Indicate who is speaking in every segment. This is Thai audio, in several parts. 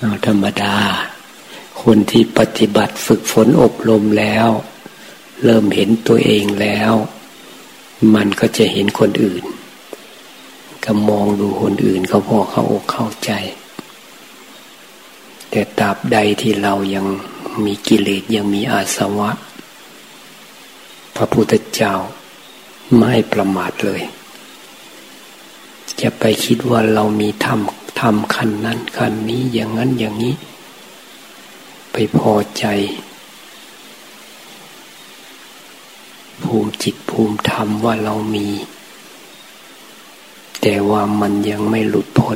Speaker 1: ธรรมดาคนที่ปฏิบัติฝึกฝนอบรมแล้วเริ่มเห็นตัวเองแล้วมันก็จะเห็นคนอื่นก็มองดูคนอื่นเขาพอเข้าอกเข้าใจแต่ตราบใดที่เรายังมีกิเลสยังมีอาสวะพระพุทธเจ้าไม่ให้ประมาทเลยจะไปคิดว่าเรามีธรรมขั้นนั้นขั้นนี้อย่างนั้นอย่างนี้ไปพอใจภูมิจิตภูมิธรรมว่าเรามีแต่ว่ามันยังไม่หลุดพ้น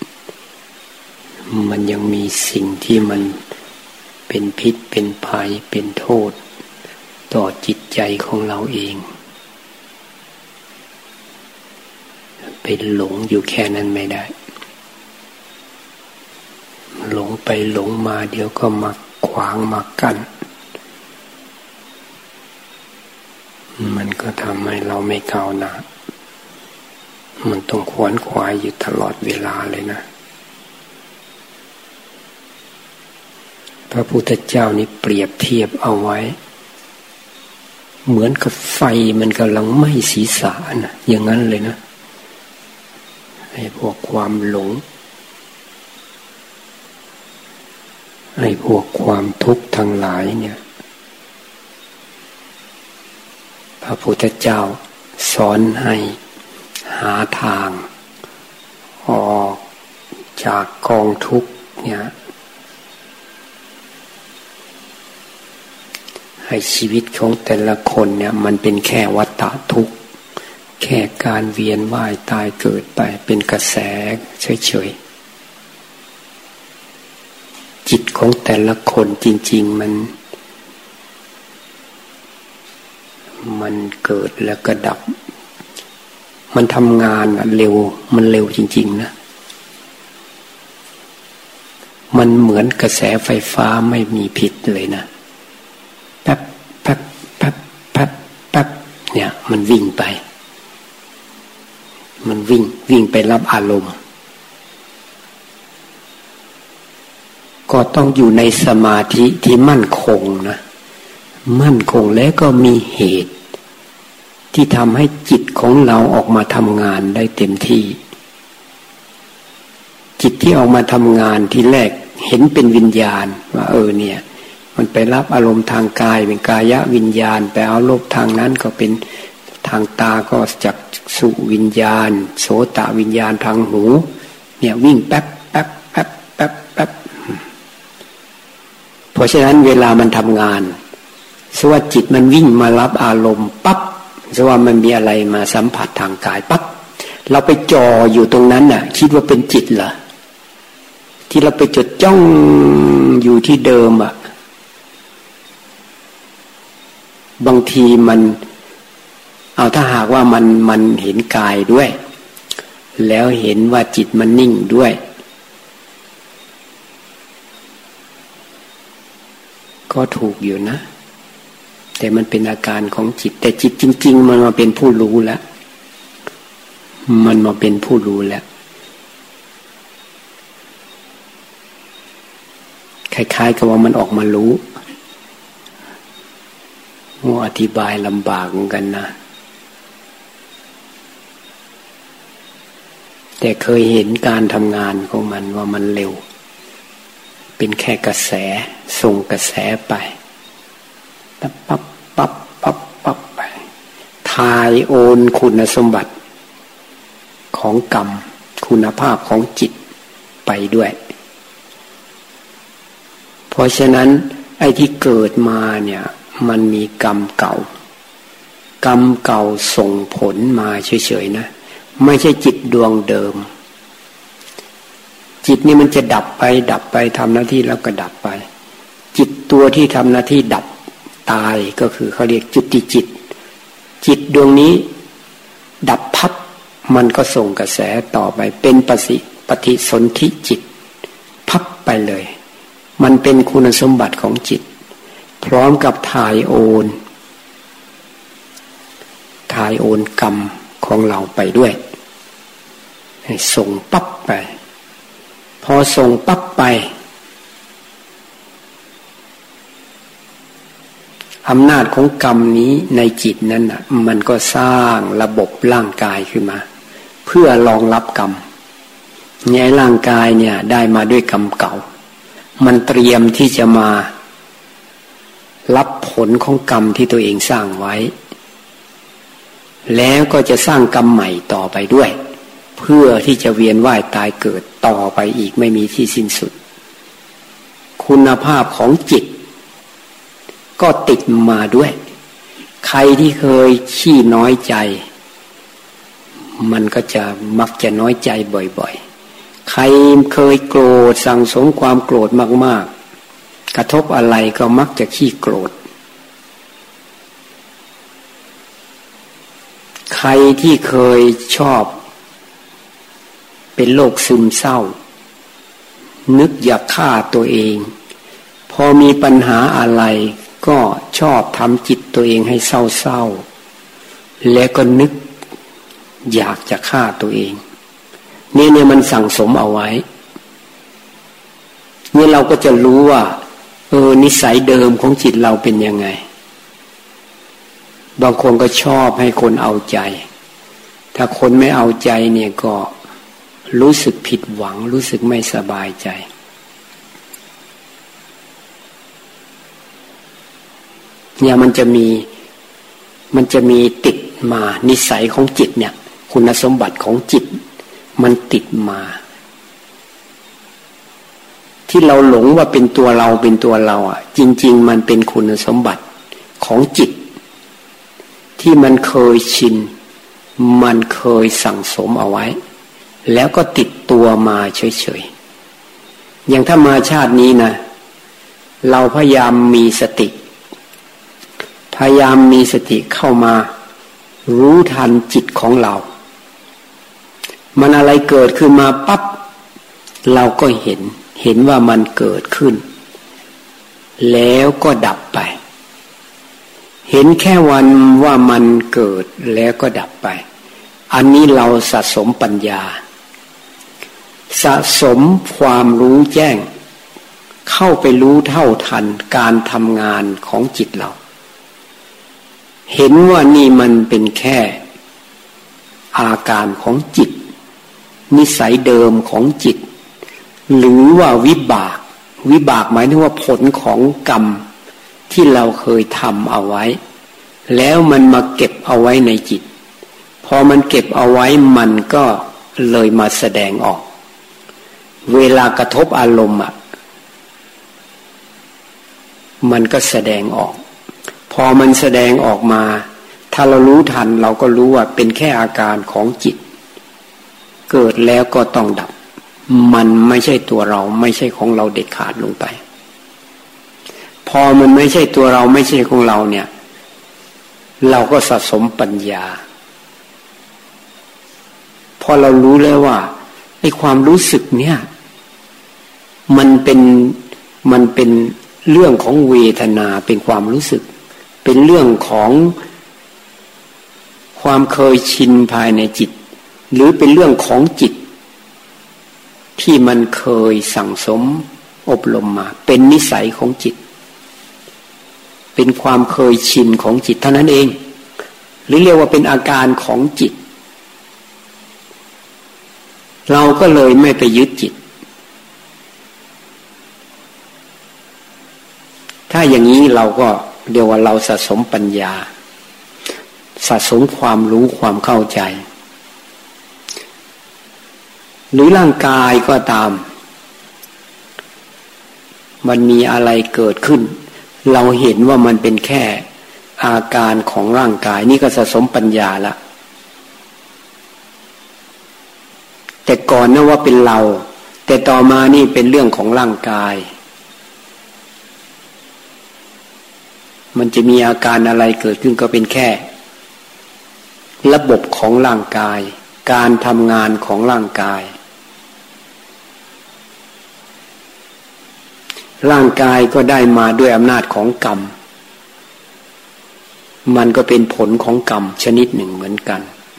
Speaker 1: มันยังมีสิ่งที่มันเป็นพิษเป็นภัยเป็นโทษต่อจิตใจของเราเองเป็นหลงอยู่แค่นั้นไม่ได้หลงไปหลงมาเดี๋ยวก็มาขวางมากั้นมันก็ทำให้เราไม่ก้าวหน้ามันต้องขวนขวายอยู่ตลอดเวลาเลยนะพระพุทธเจ้านี่เปรียบเทียบเอาไว้เหมือนกับไฟมันกำลังไหม้ศีรษะนะอย่างนั้นเลยนะไอ้พวกความหลงไอ้พวกความทุกข์ทั้งหลายเนี่ยพระพุทธเจ้าสอนให้หาทางออกจากกองทุกข์เนี่ยให้ชีวิตของแต่ละคนเนี่ยมันเป็นแค่วัฏฏะทุกข์แค่การเวียนว่ายตายเกิดไปเป็นกระแสเฉยๆจิตของแต่ละคนจริงๆมันเกิดแล้วก็ดับมันทำงานเร็วมันเร็วจริงๆนะมันเหมือนกระแสไฟฟ้าไม่มีผิดเลยนะแป๊บแป๊บแป๊บแป๊บแป๊บเนี่ยมันวิ่งไปมันวิ่งไปรับอารมณ์ก็ต้องอยู่ในสมาธิที่มั่นคงนะมั่นคงแล้วก็มีเหตุที่ทำให้จิตของเราออกมาทำงานได้เต็มที่จิตที่ออกมาทำงานที่แรกเห็นเป็นวิญญาณว่าเนี่ยมันไปรับอารมณ์ทางกายเป็นกายวิญญาณไปเอารมณ์ทางนั้นก็เป็นทางตาก็จักษุวิญญาณโสตวิญญาณทางหูเนี่ยวิ่งแป๊บแป๊บแป๊บแป๊บแป๊บเพราะฉะนั้นเวลามันทำงานสว่าจิตมันวิ่งมารับอารมณ์ปั๊บสว่ามันมีอะไรมาสัมผัสทางกายปั๊บเราไปจ่ออยู่ตรงนั้นน่ะคิดว่าเป็นจิตเหรอที่เราไปจดจ้องอยู่ที่เดิมอ่ะบางทีมันเอาถ้าหากว่ามันเห็นกายด้วยแล้วเห็นว่าจิตมันนิ่งด้วยก็ถูกอยู่นะแต่มันเป็นอาการของจิตแต่จิตจริงๆมันมาเป็นผู้รู้แล้วมันมาเป็นผู้รู้แล้วคล้ายๆกับว่ามันออกมารู้อธิบายลำบากเหมือนกันนะแต่เคยเห็นการทำงานของมันว่ามันเร็วเป็นแค่กระแสส่งกระแสไปปั๊บปั๊บปั๊บปั๊บปั๊บไปทายโอนคุณสมบัติของกรรมคุณภาพของจิตไปด้วยเพราะฉะนั้นไอ้ที่เกิดมาเนี่ยมันมีกรรมเก่ากรรมเก่าส่งผลมาเฉยๆนะไม่ใช่จิตดวงเดิมจิตนี่มันจะดับไปทำหน้าที่แล้วก็ดับไปจิตตัวที่ทำหน้าที่ดับตายก็คือเขาเรียกจุติจิตจิตดวงนี้ดับพับมันก็ส่งกระแสต่อไปเป็นปฏิสนธิจิตพับไปเลยมันเป็นคุณสมบัติของจิตพร้อมกับถ่ายโอนกรรมของเราไปด้วยให้ส่งปั๊บไปพอส่งปั๊บไปอำนาจของกรรมนี้ในจิตนั้นน่ะมันก็สร้างระบบร่างกายขึ้นมาเพื่อรองรับกรรมในร่างกายเนี่ยได้มาด้วยกรรมเก่ามันเตรียมที่จะมารับผลของกรรมที่ตัวเองสร้างไว้แล้วก็จะสร้างกรรมใหม่ต่อไปด้วยเพื่อที่จะเวียนว่ายตายเกิดต่อไปอีกไม่มีที่สิ้นสุดคุณภาพของจิตก็ติดมาด้วยใครที่เคยขี้น้อยใจมันก็จะมักจะน้อยใจบ่อยๆใครเคยโกรธสั่งสมความโกรธมากๆกระทบอะไรก็มักจะขี้โกรธใครที่เคยชอบเป็นโรคซึมเศร้านึกอยากฆ่าตัวเองพอมีปัญหาอะไรก็ชอบทำจิตตัวเองให้เศร้าๆแล้วก็นึกอยากจะฆ่าตัวเองเนี่ยมันสั่งสมเอาไว้เนี่ยเราก็จะรู้ว่านิสัยเดิมของจิตเราเป็นยังไงบางคนก็ชอบให้คนเอาใจถ้าคนไม่เอาใจเนี่ยก็รู้สึกผิดหวังรู้สึกไม่สบายใจเนี่ยมันจะมีติดมานิสัยของจิตเนี่ยคุณสมบัติของจิตมันติดมาที่เราหลงว่าเป็นตัวเราเป็นตัวเราอ่ะจริงๆมันเป็นคุณสมบัติของจิตที่มันเคยชินมันเคยสั่งสมเอาไว้แล้วก็ติดตัวมาเฉยๆอย่างถ้ามาชาตินี้นะเราพยายามมีสติเข้ามารู้ทันจิตของเรามันอะไรเกิดขึ้นมาปั๊บเราก็เห็นว่ามันเกิดขึ้นแล้วก็ดับไปเห็นแค่วันว่ามันเกิดแล้วก็ดับไปอันนี้เราสะสมปัญญาสะสมความรู้แจ้งเข้าไปรู้เท่าทันการทำงานของจิตเราเห็นว่านี่มันเป็นแค่อาการของจิตนิสัยเดิมของจิตหรือว่าวิบากหมายถึงว่าผลของกรรมที่เราเคยทำเอาไว้แล้วมันมาเก็บเอาไว้ในจิตพอมันเก็บเอาไว้มันก็เลยมาแสดงออกเวลากระทบอารมณ์มันก็แสดงออกพอมันแสดงออกมาถ้าเรารู้ทันเราก็รู้ว่าเป็นแค่อาการของจิตเกิดแล้วก็ต้องดับมันไม่ใช่ตัวเราไม่ใช่ของเราเด็ดขาดลงไปพอมันไม่ใช่ตัวเราไม่ใช่ของเราเนี่ยเราก็สะสมปัญญาพอเรารู้แล้วว่าไอ้ความรู้สึกเนี่ยมันเป็นเรื่องของเวทนาเป็นความรู้สึกเป็นเรื่องของความเคยชินภายในจิตหรือเป็นเรื่องของจิตที่มันเคยสั่งสมอบรมมาเป็นนิสัยของจิตเป็นความเคยชินของจิตเท่านั้นเองหรือเรียกว่าเป็นอาการของจิตเราก็เลยไม่ไปยึดจิตถ้าอย่างนี้เราก็เรียกว่าเราสะสมปัญญาสะสมความรู้ความเข้าใจหรือร่างกายก็ตามมันมีอะไรเกิดขึ้นเราเห็นว่ามันเป็นแค่อาการของร่างกายนี่ก็สะสมปัญญาละแต่ก่อนนะว่าเป็นเราแต่ต่อมานี่เป็นเรื่องของร่างกายมันจะมีอาการอะไรเกิดขึ้นก็เป็นแค่ระบบของร่างกายการทำงานของร่างกายร่างกายก็ได้มาด้วยอำนาจของกรรมมันก็เป็นผลของกรรมชนิดหนึ่งเหมือนกัน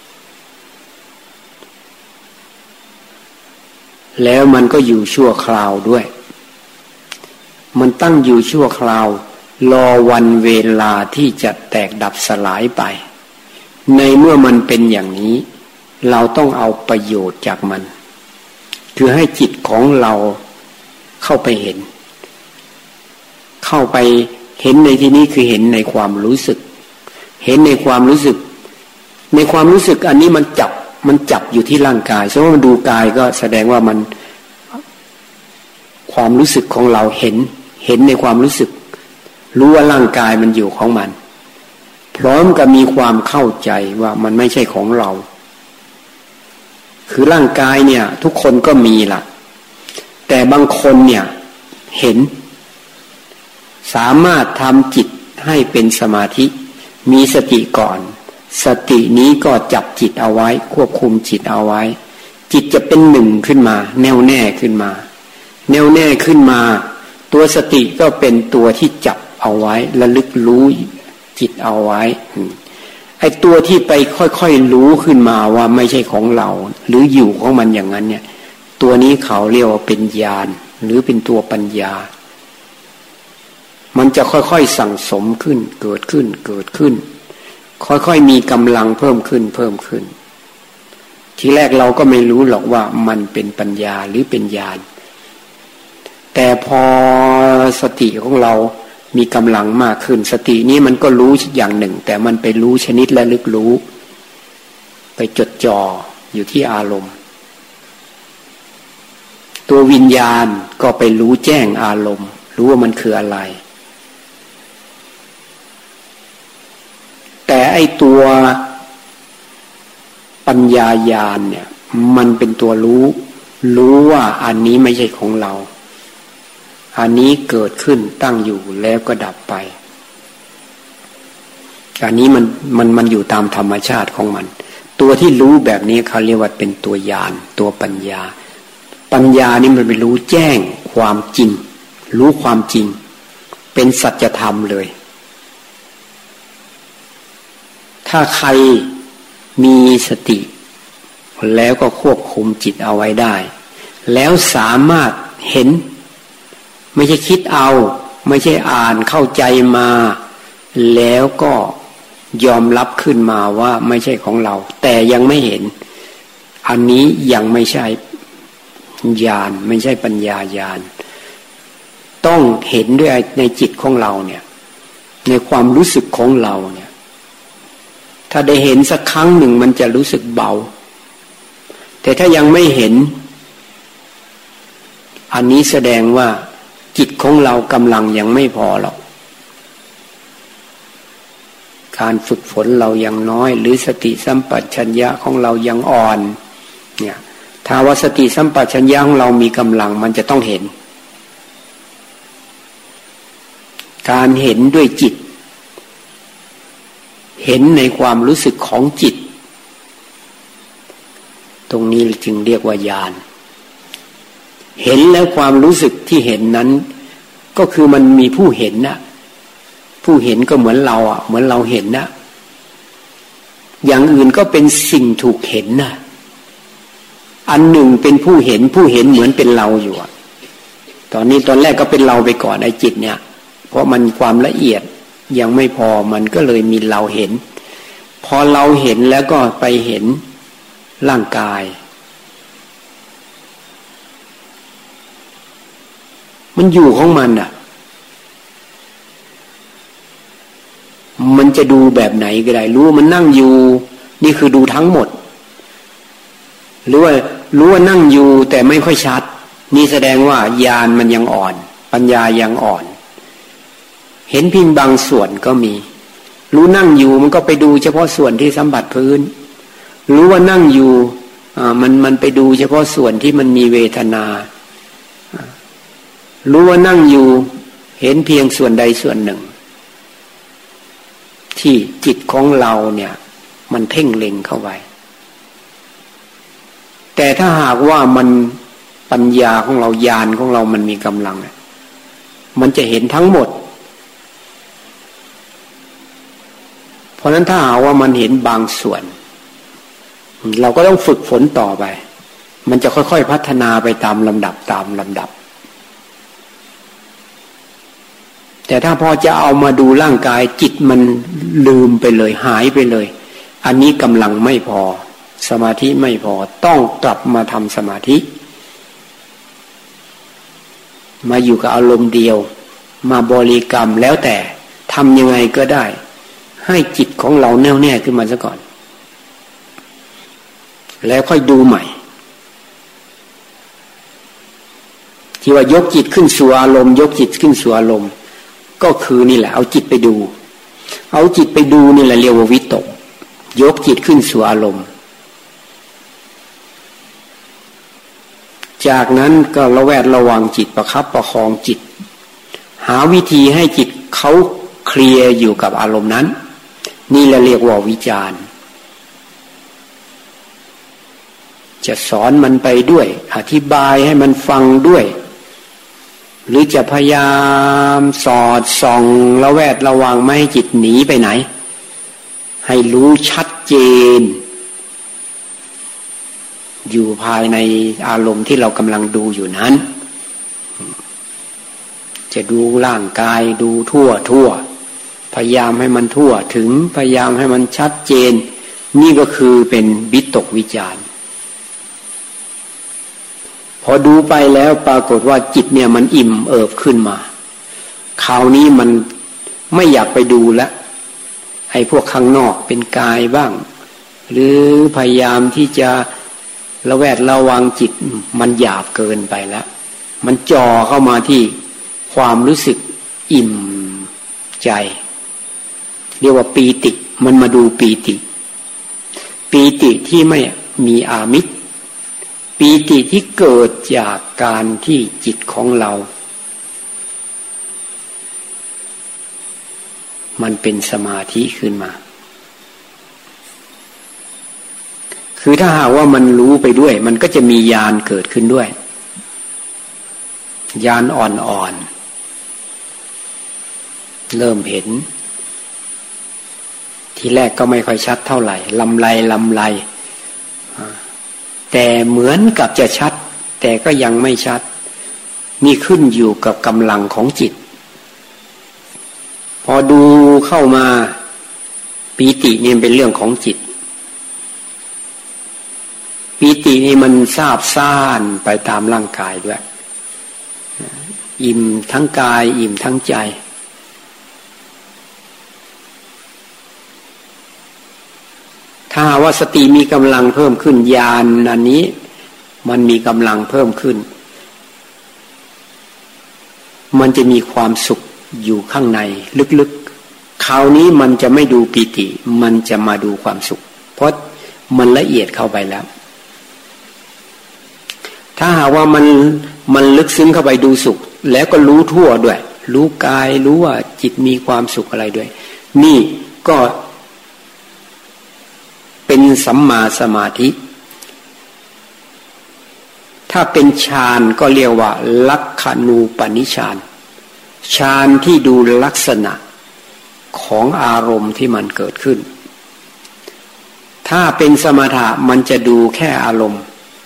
Speaker 1: แล้วมันก็อยู่ชั่วคราวด้วยมันตั้งอยู่ชั่วคราวรอวันเวลาที่จะแตกดับสลายไปในเมื่อมันเป็นอย่างนี้เราต้องเอาประโยชน์จากมันคือให้จิตของเราเข้าไปเห็นในที่นี้คือเห็นในความรู้สึกเห็นในความรู้สึกอันนี้มันจับอยู่ที่ร่างกายสมมติมันดูกายก็แสดงว่ามันความรู้สึกของเราเห็นในความรู้สึกรู้ว่าร่างกายมันอยู่ของมันพร้อมกับมีความเข้าใจว่ามันไม่ใช่ของเราคือร่างกายเนี่ยทุกคนก็มีล่ะแต่บางคนเนี่ยเห็นสามารถทำจิตให้เป็นสมาธิมีสติก่อนสตินี้ก็จับจิตเอาไว้ควบคุมจิตเอาไว้จิตจะเป็นหนึ่งขึ้นมาแน่วแน่ขึ้นมาตัวสติก็เป็นตัวที่จับเอาไว้ระลึกรู้จิตเอาไว้ไอ้ตัวที่ไปค่อยๆรู้ขึ้นมาว่าไม่ใช่ของเราหรืออยู่ของมันอย่างนั้นเนี่ยตัวนี้เขาเรียกว่าเป็นญาณหรือเป็นตัวปัญญามันจะค่อยๆสั่งสมขึ้นเกิดขึ้นค่อยๆมีกำลังเพิ่มขึ้นทีแรกเราก็ไม่รู้หรอกว่ามันเป็นปัญญาหรือเป็นญาณแต่พอสติของเรามีกำลังมากขึ้นสตินี้มันก็รู้อย่างหนึ่งแต่มันไปรู้ชนิดและลึกรู้ไปจดจ่ออยู่ที่อารมณ์ตัววิญญาณก็ไปรู้แจ้งอารมณ์รู้ว่ามันคืออะไรแต่ไอ้ตัวปัญญาญาณเนี่ยมันเป็นตัวรู้ว่าอันนี้ไม่ใช่ของเราอันนี้เกิดขึ้นตั้งอยู่แล้วก็ดับไปอันนี้มันอยู่ตามธรรมชาติของมันตัวที่รู้แบบนี้เขาเรียกว่าเป็นตัวญาณตัวปัญญานี่มันไปรู้แจ้งความจริงรู้ความจริงเป็นสัจธรรมเลยถ้าใครมีสติแล้วก็ควบคุมจิตเอาไว้ได้แล้วสามารถเห็นไม่ใช่คิดเอาไม่ใช่อ่านเข้าใจมาแล้วก็ยอมรับขึ้นมาว่าไม่ใช่ของเราแต่ยังไม่เห็นอันนี้ยังไม่ใช่ญาณไม่ใช่ปัญญาญาณต้องเห็นด้วยในจิตของเราเนี่ยในความรู้สึกของเราเนี่ยถ้าได้เห็นสักครั้งหนึ่งมันจะรู้สึกเบาแต่ถ้ายังไม่เห็นอันนี้แสดงว่าจิตของเรากำลังยังไม่พอหรอกการฝึกฝนเรายังน้อยหรือสติสัมปชัญญะของเรายังอ่อนเนี่ยถ้าว่าสติสัมปชัญญะของเรามีกำลังมันจะต้องเห็นการเห็นด้วยจิตเห็นในความรู้สึกของจิตตรงนี้จึงเรียกว่าญาณเห็นแล้วความรู้สึกที่เห็นนั้นก็คือมันมีผู้เห็นนะผู้เห็นก็เหมือนเราเหมือนเราเห็นนะอย่างอื่นก็เป็นสิ่งถูกเห็นนะอันหนึ่งเป็นผู้เห็นเหมือนเป็นเราอยู่ตอนแรกก็เป็นเราไปก่อนไอ้จิตเนี่ยเพราะมันความละเอียดยังไม่พอมันก็เลยมีเราเห็นพอเราเห็นแล้วก็ไปเห็นร่างกายมันอยู่ของมันมันจะดูแบบไหนก็ได้รู้ว่ามันนั่งอยู่นี่คือดูทั้งหมดหรือว่ารู้ว่านั่งอยู่แต่ไม่ค่อยชัดนี่แสดงว่าญาณมันยังอ่อนปัญญายังอ่อนเห็นเพียงบางส่วนก็มีรู้นั่งอยู่มันก็ไปดูเฉพาะส่วนที่สัมผัสพื้นรู้ว่านั่งอยู่มันไปดูเฉพาะส่วนที่มันมีเวทนารู้ว่านั่งอยู่เห็นเพียงส่วนใดส่วนหนึ่งที่จิตของเราเนี่ยมันเพ่งเล็งเข้าไปแต่ถ้าหากว่ามันปัญญาของเราญาณของเรามันมีกำลังมันจะเห็นทั้งหมดเพราะนั้นถ้าหากว่ามันเห็นบางส่วนเราก็ต้องฝึกฝนต่อไปมันจะค่อยๆพัฒนาไปตามลำดับแต่ถ้าพอจะเอามาดูร่างกายจิตมันลืมไปเลยหายไปเลยอันนี้กำลังไม่พอสมาธิไม่พอต้องกลับมาทำสมาธิมาอยู่กับอารมณ์เดียวมาบริกรรมแล้วแต่ทำยังไงก็ได้ให้จิตของเราแน่วแน่ขึ้นมาซะก่อนแล้วค่อยดูใหม่ที่ว่ายกจิตขึ้นสู่อารมณ์ยกจิตขึ้นสู่อารมณ์ก็คือนี่แหละเอาจิตไปดูเอาจิตไปดูนี่แหละเรียกว่าวิตกยกจิตขึ้นสู่อารมณ์จากนั้นก็ระแวดระวังจิตประคับประคองจิตหาวิธีให้จิตเขาเคลียร์อยู่กับอารมณ์นั้นนี่แหละเรียกว่าวิจารณ์จะสอนมันไปด้วยอธิบายให้มันฟังด้วยหรือจะพยายามสอดส่องระแวดระวังไม่ให้จิตหนีไปไหนให้รู้ชัดเจนอยู่ภายในอารมณ์ที่เรากำลังดูอยู่นั้นจะดูร่างกายดูทั่วพยายามให้มันทั่วถึงพยายามให้มันชัดเจนนี่ก็คือเป็นวิตกวิจารณ์พอดูไปแล้วปรากฏว่าจิตเนี่ยมันอิ่มเอิบขึ้นมาคราวนี้มันไม่อยากไปดูแล้วไอ้พวกข้างนอกเป็นกายบ้างหรือพยายามที่จะระแวดระวังจิตมันหยาบเกินไปแล้วมันจ่อเข้ามาที่ความรู้สึกอิ่มใจเรียกว่าปีติมันมาดูปีติที่ไม่มีอามิตรปีติที่เกิดจากการที่จิตของเรามันเป็นสมาธิขึ้นมาคือถ้าหากว่ามันรู้ไปด้วยมันก็จะมีญาณเกิดขึ้นด้วยญาณอ่อนๆเริ่มเห็นทีแรกก็ไม่ค่อยชัดเท่าไหร่ลำไรแต่เหมือนกับจะชัดแต่ก็ยังไม่ชัดนี่ขึ้นอยู่กับกำลังของจิตพอดูเข้ามาปีตินี่เป็นเรื่องของจิตปีตินี่มันซาบซ่านไปตามร่างกายด้วยอิ่มทั้งกายอิ่มทั้งใจถ้าว่าสติมีกำลังเพิ่มขึ้นญาณอันนี้มันมีกำลังเพิ่มขึ้นมันจะมีความสุขอยู่ข้างในลึกๆคราวนี้มันจะไม่ดูปีติมันจะมาดูความสุขเพราะมันละเอียดเข้าไปแล้วถ้าหากว่ามันลึกซึ้งเข้าไปดูสุขแล้วก็รู้ทั่วด้วยรู้กายรู้ว่าจิตมีความสุขอะไรด้วยนี่ก็เป็นสัมมาสมาธิถ้าเป็นฌานก็เรียกว่าลักขณูปนิฌานฌานที่ดูลักษณะของอารมณ์ที่มันเกิดขึ้นถ้าเป็นสมถะมันจะดูแค่อารมณ์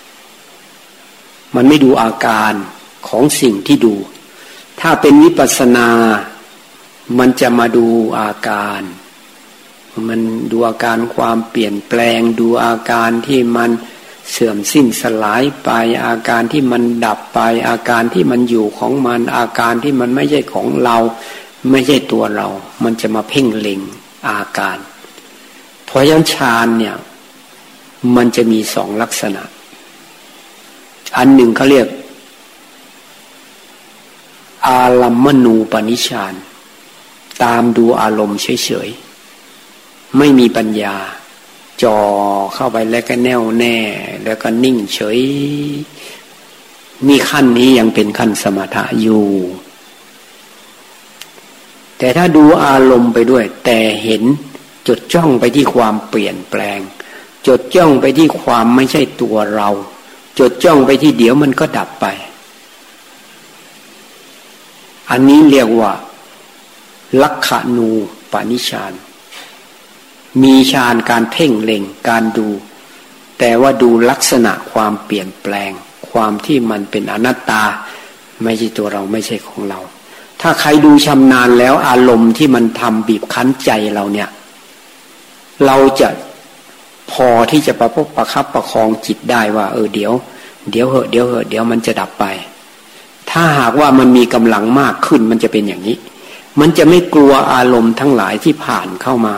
Speaker 1: มันไม่ดูอาการของสิ่งที่ดูถ้าเป็นวิปัสสนามันจะมาดูอาการมันดูอาการความเปลี่ยนแปลงดูอาการที่มันเสื่อมสิ้นสลายไปอาการที่มันดับไปอาการที่มันอยู่ของมันอาการที่มันไม่ใช่ของเราไม่ใช่ตัวเรามันจะมาเพ่งเล็งอาการเพราะฉะนั้นฌานเนี่ยมันจะมีสองลักษณะอันหนึ่งเขาเรียกอารัมมณูปนิฌานตามดูอารมณ์เฉยๆไม่มีปัญญาจ่อเข้าไปแล้วก็แน่วแน่แล้วก็นิ่งเฉยนี่ขั้นนี้ยังเป็นขั้นสมถะอยู่แต่ถ้าดูอารมณ์ไปด้วยแต่เห็นจดจ้องไปที่ความเปลี่ยนแปลงจดจ้องไปที่ความไม่ใช่ตัวเราจดจ้องไปที่เดี๋ยวมันก็ดับไปอันนี้เรียกว่าลักขณูปนิฌานมีฌานการเพ่งเล็งการดูแต่ว่าดูลักษณะความเปลี่ยนแปลงความที่มันเป็นอนัตตาไม่ใช่ตัวเราไม่ใช่ของเราถ้าใครดูชำนาญแล้วอารมณ์ที่มันทำบีบคั้นใจเราเนี่ยเราจะพอที่จะประคับประคองจิตได้ว่าเดี๋ยวเหอะเดี๋ยวมันจะดับไปถ้าหากว่ามันมีกำลังมากขึ้นมันจะเป็นอย่างนี้มันจะไม่กลัวอารมณ์ทั้งหลายที่ผ่านเข้ามา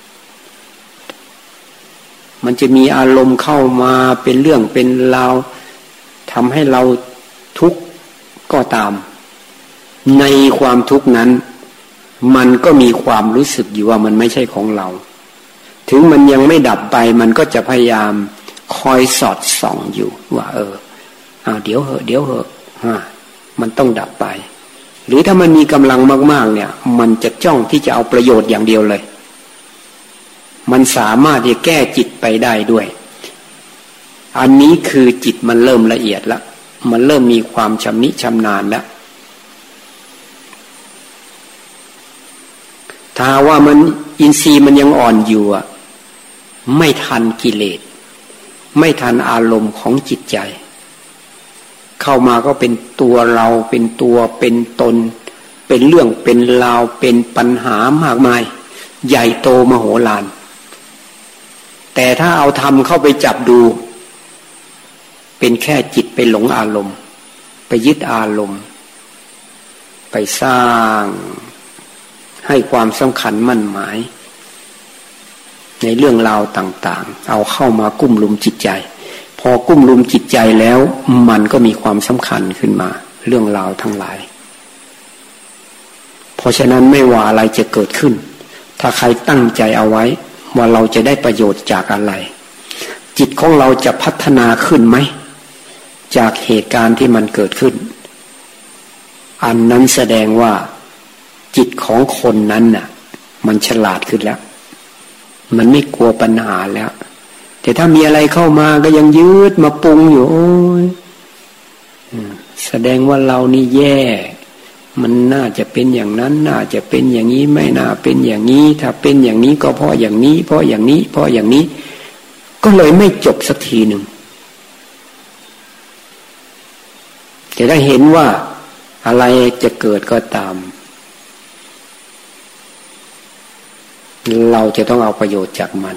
Speaker 1: มันจะมีอารมณ์เข้ามาเป็นเรื่องเป็นราวทำให้เราทุกข์ก็ตามในความทุกข์นั้นมันก็มีความรู้สึกอยู่ว่ามันไม่ใช่ของเราถึงมันยังไม่ดับไปมันก็จะพยายามคอยสอดส่องอยู่ว่าเดี๋ยวเหอะมันต้องดับไปหรือถ้ามันมีกำลังมากๆเนี่ยมันจะจ้องที่จะเอาประโยชน์อย่างเดียวเลยมันสามารถที่แก้จิตไปได้ด้วยอันนี้คือจิตมันเริ่มละเอียดแล้วมันเริ่มมีความชำนิชำนาญแล้วถ้าว่ามันอินทรีย์มันยังอ่อนอยู่ไม่ทันกิเลสไม่ทันอารมณ์ของจิตใจเข้ามาก็เป็นตัวเราเป็นตัวเป็นตนเป็นเรื่องเป็นราวเป็นปัญหามากมายใหญ่โตมโหฬารแต่ถ้าเอาธรรมเข้าไปจับดูเป็นแค่จิตไปหลงอารมณ์ไปยึดอารมณ์ไปสร้างให้ความสำคัญมั่นหมายในเรื่องราวต่างๆเอาเข้ามากุ้มลุมจิตใจพอกุ้มลุมจิตใจแล้วมันก็มีความสำคัญขึ้นมาเรื่องราวทั้งหลายเพราะฉะนั้นไม่ว่าอะไรจะเกิดขึ้นถ้าใครตั้งใจเอาไว้ว่าเราจะได้ประโยชน์จากอะไรจิตของเราจะพัฒนาขึ้นไหมจากเหตุการณ์ที่มันเกิดขึ้นอันนั้นแสดงว่าจิตของคนนั้นน่ะมันฉลาดขึ้นแล้วมันไม่กลัวปัญหาแล้วแต่ถ้ามีอะไรเข้ามาก็ยังยืดมาปรุงอยู่โอ้ยแสดงว่าเรานี่แย่มันน่าจะเป็นอย่างนั้นน่าจะเป็นอย่างนี้ไม่น่าเป็นอย่างนี้ถ้าเป็นอย่างนี้ก็เพราะอย่างนี้เพราะอย่างนี้เพราะอย่างนี้ก็เลยไม่จบสักทีหนึ่งแต่ถ้าเห็นว่าอะไรจะเกิดก็ตามเราจะต้องเอาประโยชน์จากมัน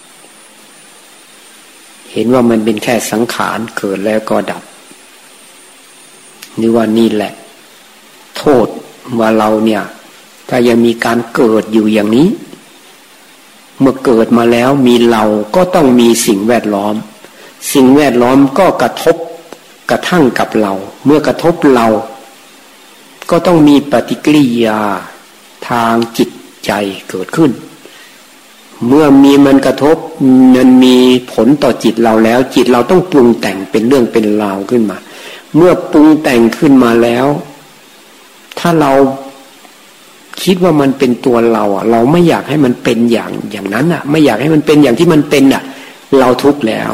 Speaker 1: เห็นว่ามันเป็นแค่สังขารเกิดแล้วก็ดับนี่ว่านี่แหละโทษว่าเราเนี่ยถ้ายังมีการเกิดอยู่อย่างนี้เมื่อเกิดมาแล้วมีเราก็ต้องมีสิ่งแวดล้อมสิ่งแวดล้อมก็กระทบกระทั่งกับเราเมื่อกระทบเราก็ต้องมีปฏิกิริยาทางจิตใจเกิดขึ้นเมื่อมีมันกระทบมันมีผลต่อจิตเราแล้วจิตเราต้องปรุงแต่งเป็นเรื่องเป็นราวขึ้นมาเมื่อปรุงแต่งขึ้นมาแล้วถ้าเราคิดว่ามันเป็นตัวเราเราไม่อยากให้มันเป็นอย่างนั้นไม่อยากให้มันเป็นอย่างที่มันเป็นเราทุกข์แล้ว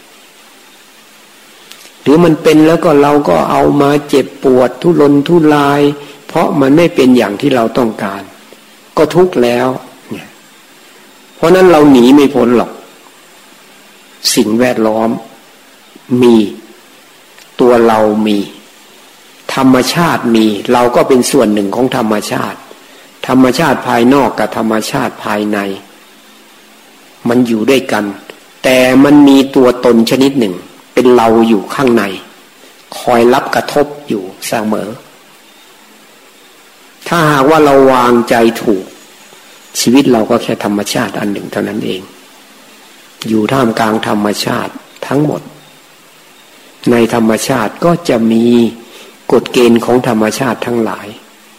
Speaker 1: หรือมันเป็นแล้วก็เราก็เอามาเจ็บปวดทุรนทุรายเพราะมันไม่เป็นอย่างที่เราต้องการก็ทุกข์แล้วเนี่ยเพราะนั้นเราหนีไม่พ้นหรอกสิ่งแวดล้อมมีตัวเรามีธรรมชาติมีเราก็เป็นส่วนหนึ่งของธรรมชาติธรรมชาติภายนอกกับธรรมชาติภายในมันอยู่ด้วยกันแต่มันมีตัวตนชนิดหนึ่งเป็นเราอยู่ข้างในคอยรับกระทบอยู่เสมอถ้าหากว่าเราวางใจถูกชีวิตเราก็แค่ธรรมชาติอันหนึ่งเท่านั้นเองอยู่ท่ามกลางธรรมชาติทั้งหมดในธรรมชาติก็จะมีกฎเกณฑ์ของธรรมชาติทั้งหลาย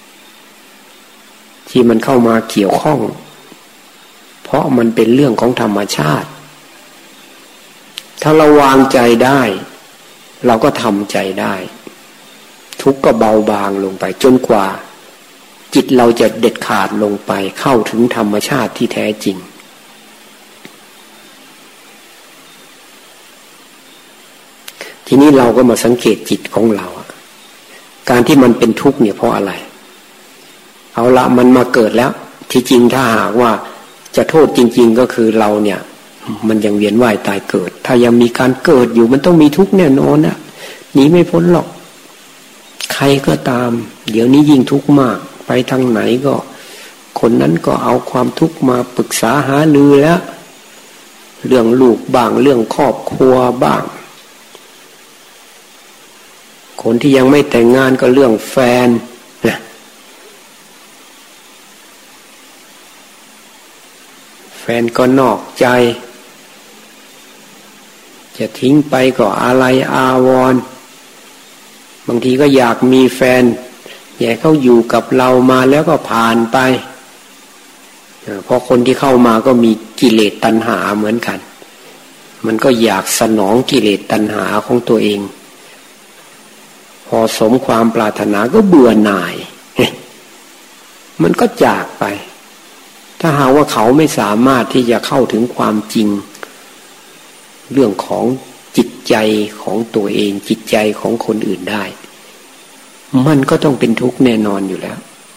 Speaker 1: ที่มันเข้ามาเกี่ยวข้องเพราะมันเป็นเรื่องของธรรมชาติถ้าเราวางใจได้เราก็ทำใจได้ทุกข์ก็เบาบางลงไปจนกว่าจิตเราจะเด็ดขาดลงไปเข้าถึงธรรมชาติที่แท้จริงทีนี้เราก็มาสังเกตจิตของเราการที่มันเป็นทุกข์เนี่ยเพราะอะไรเอาละมันมาเกิดแล้วที่จริงถ้าหากว่าจะโทษจริงๆก็คือเราเนี่ยมันยังเวียนว่ายตายเกิดถ้ายังมีการเกิดอยู่มันต้องมีทุกข์แน่นอนหนีไม่พ้นหรอกใครรก็ตามเดี๋ยวนี้ยิ่งทุกข์มากไปทางไหนก็คนนั้นก็เอาความทุกข์มาปรึกษาหารือแล้วเรื่องลูกบ้างเรื่องครอบครัวบ้างคนที่ยังไม่แต่งงานก็เรื่องแฟนนะแฟนก็นอกใจจะทิ้งไปก็อะไรอาวรณ์บางทีก็อยากมีแฟนอยากเขาอยู่กับเรามาแล้วก็ผ่านไปเพราะคนที่เข้ามาก็มีกิเลสตัณหาเหมือนกันมันก็อยากสนองกิเลสตัณหาของตัวเองพอสมความปรารถนาก็เบื่อหน่ายมันก็จากไปถ้าหากว่าเขาไม่สามารถที่จะเข้าถึงความจริงเรื่องของจิตใจของตัวเองจิตใจของคนอื่นได้มันก็ต้องเป็นทุกข์แน่นอนอยู่แล้ว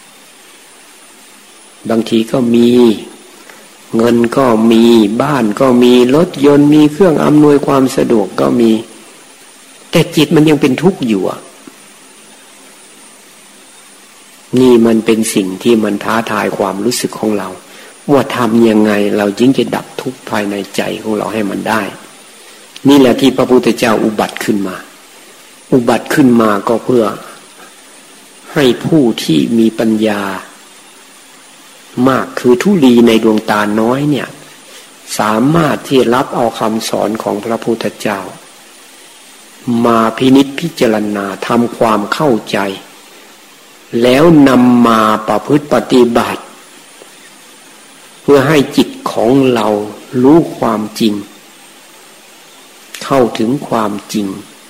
Speaker 1: บางทีก็มีเงินก็มีบ้านก็มีรถยนต์มีเครื่องอำนวยความสะดวกก็มีแต่จิตมันยังเป็นทุกข์อยู่นี่มันเป็นสิ่งที่มันท้าทายความรู้สึกของเราว่าทำยังไงเราจึงจะดับทุกข์ภายในใจของเราให้มันได้นี่แหละที่พระพุทธเจ้าอุบัติขึ้นมาก็เพื่อให้ผู้ที่มีปัญญามากคือธุลีในดวงตาน้อยเนี่ยสามารถที่รับเอาคำสอนของพระพุทธเจ้ามาพินิจพิจารณาทำความเข้าใจแล้วนำมาประพฤติปฏิบัติเพื่อให้จิตของเรารู้ความจริงเข้าถึงความจริง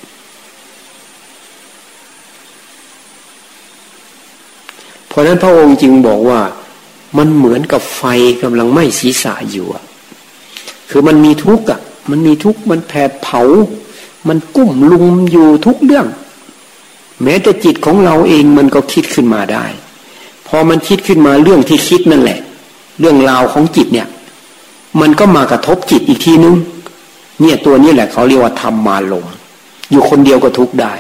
Speaker 1: เพราะนั้นพระองค์จึงบอกว่ามันเหมือนกับไฟกำลังไหม้ศีรษะอยู่คือมันมีทุกข์มันมีทุกข์มันแผดเผามันกุ้มลุมอยู่ทุกเรื่องแม้แต่จิตของเราเองมันก็คิดขึ้นมาได้พอมันคิดขึ้นมาเรื่องที่คิดนั่นแหละเรื่องราวของจิตเนี่ยมันก็มากระทบจิตอีกทีนึงเนี่ยตัวนี้แหละเขาเรียกว่าธรรมารมณ์อยู่คนเดียวก็ทุกข์ได้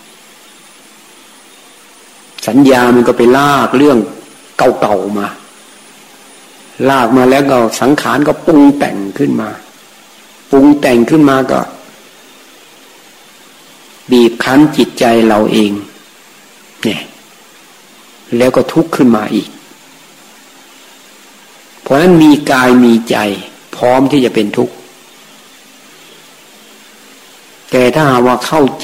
Speaker 1: สัญญามันก็ไปลากเรื่องเก่าๆมาลากมาแล้วก็สังขารก็ปรุงแต่งขึ้นมาก็บีบคั้นจิตใจเราเองเนี่ยแล้วก็ทุกข์ขึ้นมาอีกเพราะฉะนั้นมีกายมีใจพร้อมที่จะเป็นทุกข์แต่ถ้าหากว่าเข้าใจ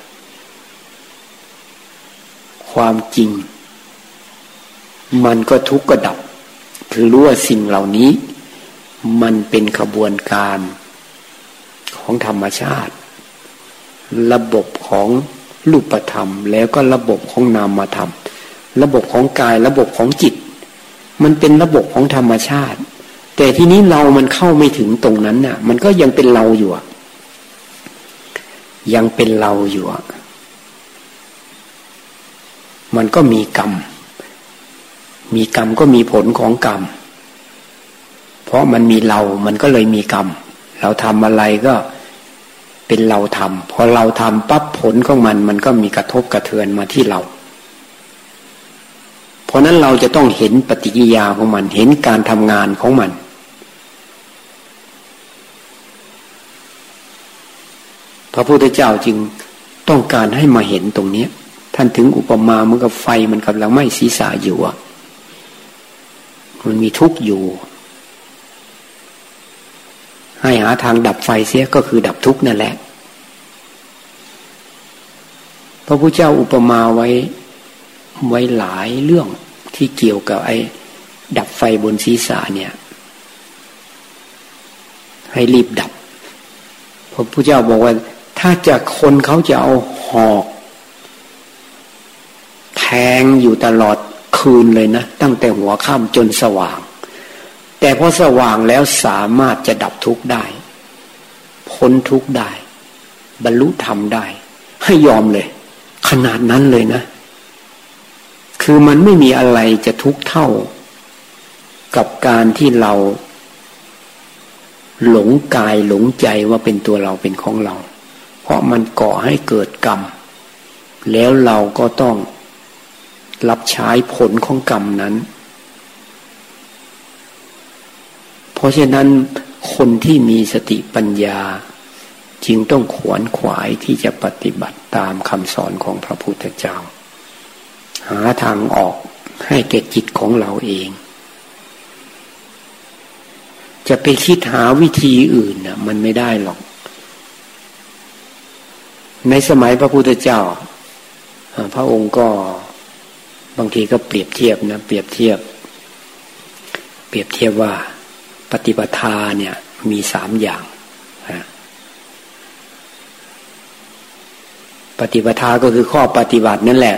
Speaker 1: ความจริงมันก็ทุกข์ก็ดับคือรู้ว่าสิ่งเหล่านี้มันเป็นขบวนการของธรรมชาติระบบของรูปธรรมแล้วก็ระบบของนามธรรมระบบของกายระบบของจิตมันเป็นระบบของธรรมชาติแต่ทีนี้เรามันเข้าไม่ถึงตรงนั้นน่ะมันก็ยังเป็นเราอยู่มันก็มีกรรมก็มีผลของกรรมเพราะมันมีเรามันก็เลยมีกรรมเราทำอะไรก็เป็นเราทำพอเราทำปั๊บผลของมันก็มีกระทบกระเทือนมาที่เราเพราะนั้นเราจะต้องเห็นปฏิกิริยาของมันเห็นการทำงานของมันพระพุทธเจ้าจึงต้องการให้มาเห็นตรงนี้ท่านถึงอุปมาเหมือนกับไฟมันกำลังไหม้ศีรษะอยู่มันมีทุกข์อยู่ให้หาทางดับไฟเสียก็คือดับทุกข์นั่นแหละพระพุทธเจ้าอุปมาไว้หลายเรื่องที่เกี่ยวกับไอ้ดับไฟบนศีรษะเนี่ยให้รีบดับพระพุทธเจ้าบอกว่าถ้าจะคนเขาจะเอาหอกแทงอยู่ตลอดคืนเลยนะตั้งแต่หัวค่ำจนสว่างแต่พอสว่างแล้วสามารถจะดับทุกข์ได้พ้นทุกข์ได้บรรลุธรรมได้ให้ยอมเลยขนาดนั้นเลยนะคือมันไม่มีอะไรจะทุกข์เท่ากับการที่เราหลงกายหลงใจว่าเป็นตัวเราเป็นของเราเพราะมันก่อให้เกิดกรรมแล้วเราก็ต้องรับใช้ผลของกรรมนั้นเพราะฉะนั้นคนที่มีสติปัญญาจึงต้องขวนขวายที่จะปฏิบัติตามคำสอนของพระพุทธเจ้าหาทางออกให้แก่จิตของเราเองจะไปคิดหาวิธีอื่นน่ะมันไม่ได้หรอกในสมัยพระพุทธเจ้าพระองค์ก็บางทีก็เปรียบเทียบนะเปรียบเทียบว่าปฏิปทาเนี่ยมี3อย่างปฏิปทาก็คือข้อปฏิบัตินั่นแหละ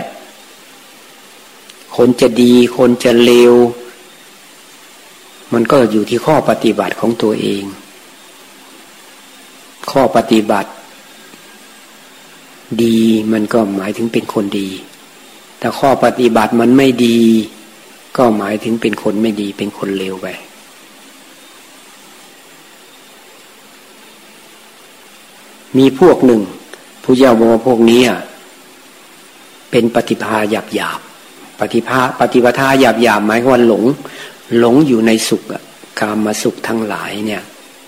Speaker 1: คนจะดีคนจะเลวมันก็อยู่ที่ข้อปฏิบัติของตัวเองข้อปฏิบัติดีมันก็หมายถึงเป็นคนดีแต่ข้อปฏิบัติมันไม่ดีก็หมายถึงเป็นคนไม่ดีเป็นคนเลวไปมีพวกหนึ่งผู้เจ้าบอกว่าพวกนี้เป็นปฏิภาหยาบปฏิปทาหยาบหมายว่าหลงอยู่ในสุขกามสุขทั้งหลายเนี่ย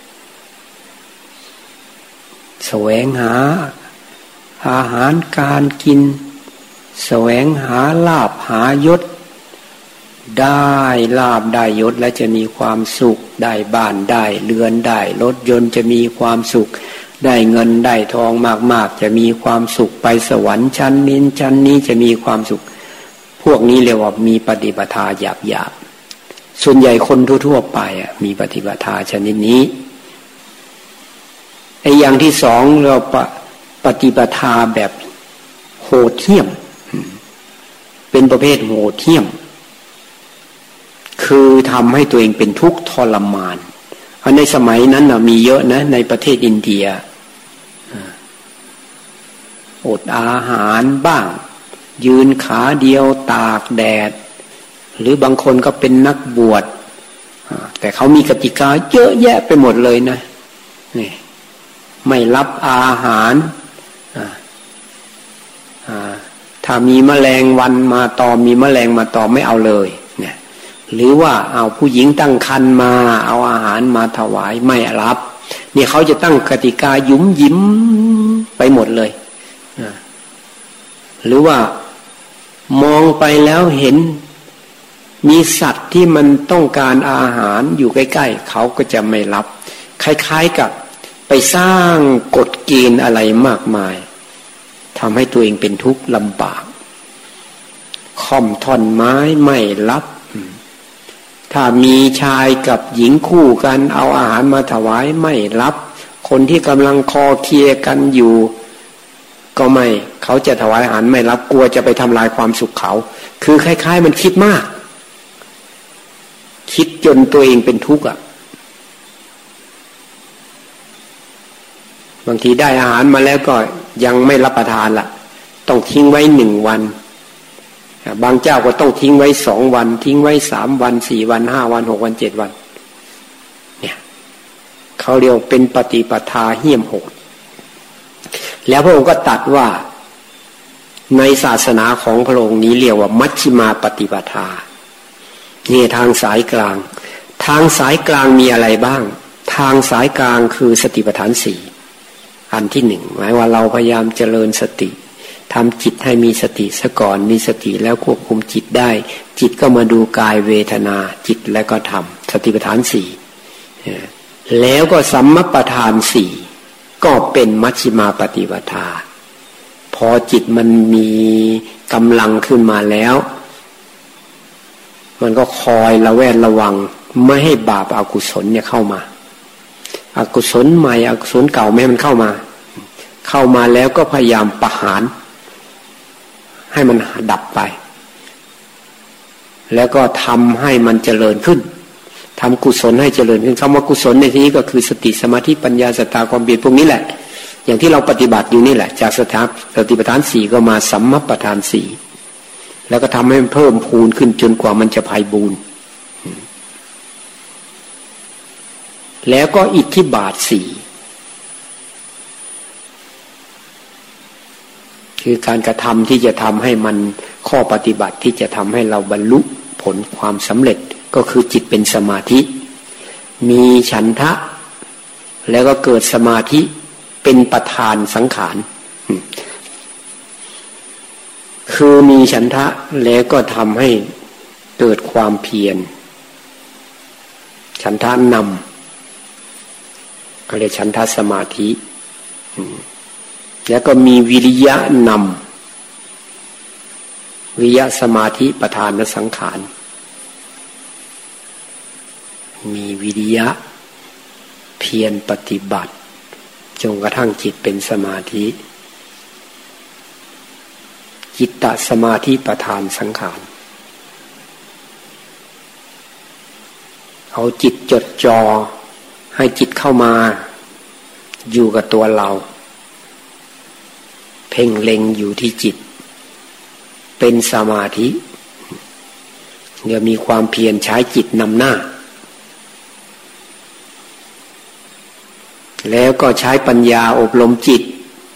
Speaker 1: แสวงหาอาหารการกินแสวงหาลาภหายศได้ลาภได้ยศและจะมีความสุขได้บ้านได้เรือนได้รถยนต์จะมีความสุขได้เงินได้ทองมากๆจะมีความสุขไปสวรรค์ชั้นนี้จะมีความสุขพวกนี้เรียกว่ามีปฏิปทาหยาบส่วนใหญ่คนทั่วๆไปมีปฏิปทาชนิดนี้ไอ้อย่างที่สองเราปฏิปทาแบบโหดเหี้ยมเป็นประเภทโหดเหี้ยมคือทำให้ตัวเองเป็นทุกข์ทรมานในสมัยนั้นมีเยอะนะในประเทศอินเดียอดอาหารบ้างยืนขาเดียวตากแดดหรือบางคนก็เป็นนักบวชแต่เขามีกติกาเยอะแยะไปหมดเลยนะนี่ไม่รับอาหารถ้ามีแมลงวันมาตอมมีแมลงมาตอมไม่เอาเลยเนี่ยหรือว่าเอาผู้หญิงตั้งครรภ์มาเอาอาหารมาถวายไม่รับเนี่ยเขาจะตั้งกติกาหยุมหยิมไปหมดเลยหรือว่ามองไปแล้วเห็นมีสัตว์ที่มันต้องการอาหารอยู่ใกล้ๆเขาก็จะไม่รับคล้ายๆกับไปสร้างกฎเกณฑ์อะไรมากมายทำให้ตัวเองเป็นทุกข์ลำบากค่อมท่อนไม้ไม่รับถ้ามีชายกับหญิงคู่กันเอาอาหารมาถวายไม่รับคนที่กำลังคอเคลียร์กันอยู่ก็ไม่เขาจะถวายอาหารไม่รับกลัวจะไปทำลายความสุขเขาคือคล้ายๆมันคิดมากคิดจนตัวเองเป็นทุกข์บางทีได้อาหารมาแล้วก็ยังไม่รับประทานล่ะต้องทิ้งไว้1 วันบางเจ้าก็ต้องทิ้งไว้2 วันทิ้งไว้3 วัน4 วัน5 วัน6 วัน7 วันเนี่ยเขาเรียกเป็นปฏิปทาเหี้ยมโหดแล้วพระองค์ก็ตรัสว่าในศาสนาของพระองค์นี้เรียกว่ามัชฌิมาปฏิปทานี่ทางสายกลางทางสายกลางมีอะไรบ้างทางสายกลางคือสติปัฏฐาน4อันที่1หมายว่าเราพยายามเจริญสติทำจิตให้มีสติซะก่อนมีสติแล้วควบคุมจิตได้จิตก็มาดูกายเวทนาจิตแล้วก็ธรรมสติปัฏฐาน4แล้วก็สัมมัปปทาน4ก็เป็นมัชฌิมาปฏิปทาพอจิตมันมีกำลังขึ้นมาแล้วมันก็คอยระแวดระวังไม่ให้บาปอกุศลเนี่ยเข้ามาอกุศลใหม่อกุศลเก่าไม่ให้มันเข้ามาแล้วก็พยายามประหารให้มันดับไปแล้วก็ทำให้มันเจริญขึ้นทำกุศลให้เจริญขึ้นคำว่ากุศลในที่นี้ก็คือสติสมาธิปัญญาศรัทธาความเพียรพวกนี้แหละอย่างที่เราปฏิบัติอยู่นี่แหละจากสติปัฏฐาน4ก็มาสัมมัปปทาน4แล้วก็ทำให้มันเพิ่มพูนขึ้นจนกว่ามันจะไพบูรณ์แล้วก็อิทธิบาท4 คือการกระทำที่จะทำให้มันข้อปฏิบัติที่จะทำให้เราบรรลุผลความสำเร็จก็คือจิตเป็นสมาธิมีฉันทะแล้วก็เกิดสมาธิเป็นประธานสังขารคือมีฉันทะแล้วก็ทำให้เกิดความเพียรฉันทะนำก็เรียกฉันทะสมาธิแล้วก็มีวิริยะนำวิริยะสมาธิประธานสังขารมีวิริยะเพียรปฏิบัติจนกระทั่งจิตเป็นสมาธิจิตตสมาธิประธานสังขารเอาจิตจดจ่อให้จิตเข้ามาอยู่กับตัวเราเพ่งเล็งอยู่ที่จิตเป็นสมาธิเดี๋ยวมีความเพียรใช้จิตนำหน้าแล้วก็ใช้ปัญญาอบรมจิต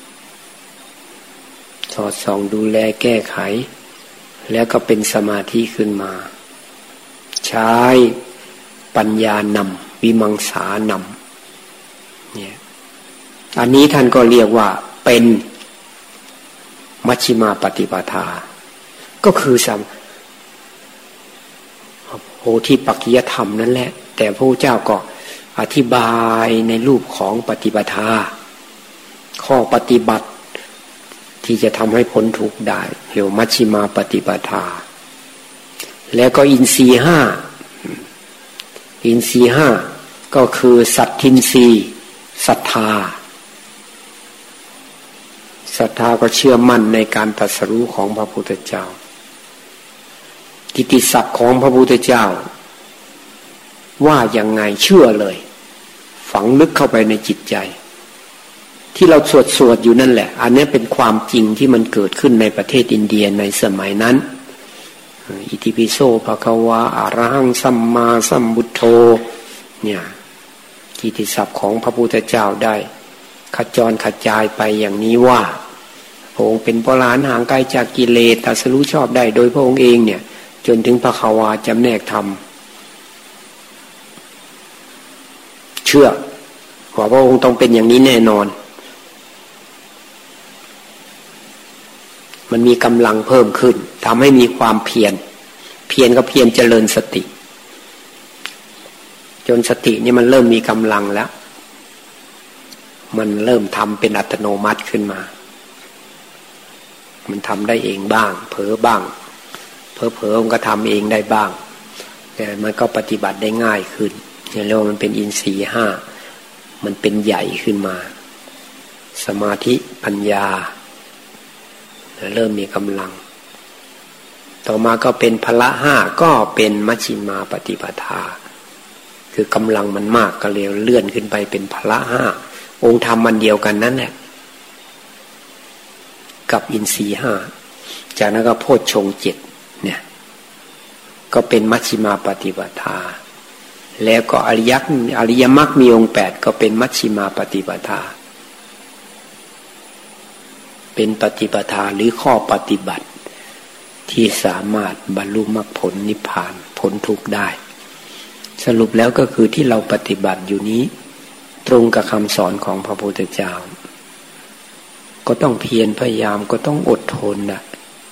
Speaker 1: สอดส่องดูแลแก้ไขแล้วก็เป็นสมาธิขึ้นมาใช้ปัญญานำวิมังสานำเนี่ยอันนี้ท่านก็เรียกว่าเป็นมัชฌิมาปฏิปทาก็คือโพธิปักขิยธรรมนั่นแหละแต่พระพุทธเจ้าก็อธิบายในรูปของปฏิปทาข้อปฏิบัติที่จะทำให้พ้นทุกข์ได้เรียกมัชฌิมาปฏิปทาแล้วก็อินทรีย์ห้าอินทรีย์ห้าก็คือสัตทินทรีย์ศรัทธาศรัทธาก็เชื่อมั่นในการตรัสรู้ของพระพุทธเจ้ากิตติศัพท์ของพระพุทธเจ้าว่ายังไงเชื่อเลยฝังลึกเข้าไปในจิตใจที่เราสวดอยู่นั่นแหละอันนี้เป็นความจริงที่มันเกิดขึ้นในประเทศอินเดียในสมัยนั้นอิติปิโสภะคะวะอะระหังสัมมาสัมพุทโธเนี่ยกิตติศัพท์ของพระพุทธเจ้าได้ขจรขจายไปอย่างนี้ว่าพระองค์เป็นพระอรหันต์ห่างไกลจากกิเลสตรัสรู้ชอบได้โดยพระองค์เองเนี่ยจนถึงภะคะวาจำแนกธรรมเชื่อว่าพระองค์ต้องเป็นอย่างนี้แน่นอนมันมีกำลังเพิ่มขึ้นทำให้มีความเพียรก็เพียรเจริญสติจนสตินี่มันเริ่มมีกำลังแล้วมันเริ่มทำเป็นอัตโนมัติขึ้นมามันทำได้เองบ้างเผลอบ้างเผลอมันก็ทำเองได้บ้างแต่มันก็ปฏิบัติได้ง่ายขึ้นเรียกว่ามันเป็นอินทรีย์ห้ามันเป็นใหญ่ขึ้นมาสมาธิปัญญาเริ่มมีกำลังต่อมาก็เป็นพละห้าก็เป็นมัชฌิมาปฏิปทาคือกำลังมันมากก็เลยเลื่อนขึ้นไปเป็นพละห้าองค์ธรรมมันเดียวกันนั่นแหละกับอินทรีย์ห้าจากนั้นก็โพชฌงค์เจ็ดเนี่ยก็เป็นมัชฌิมาปฏิปทาแล้วก็อริยมรรคมีองค์แปดก็เป็นมัชฌิมาปฏิปทาเป็นปฏิปทาหรือข้อปฏิบัติที่สามารถบรรลุมรรคผลนิพพานพ้นทุกข์ได้สรุปแล้วก็คือที่เราปฏิบัติอยู่นี้ตรงกับคำสอนของพระพุทธเจ้าก็ต้องเพียรพยายามก็ต้องอดทนนะ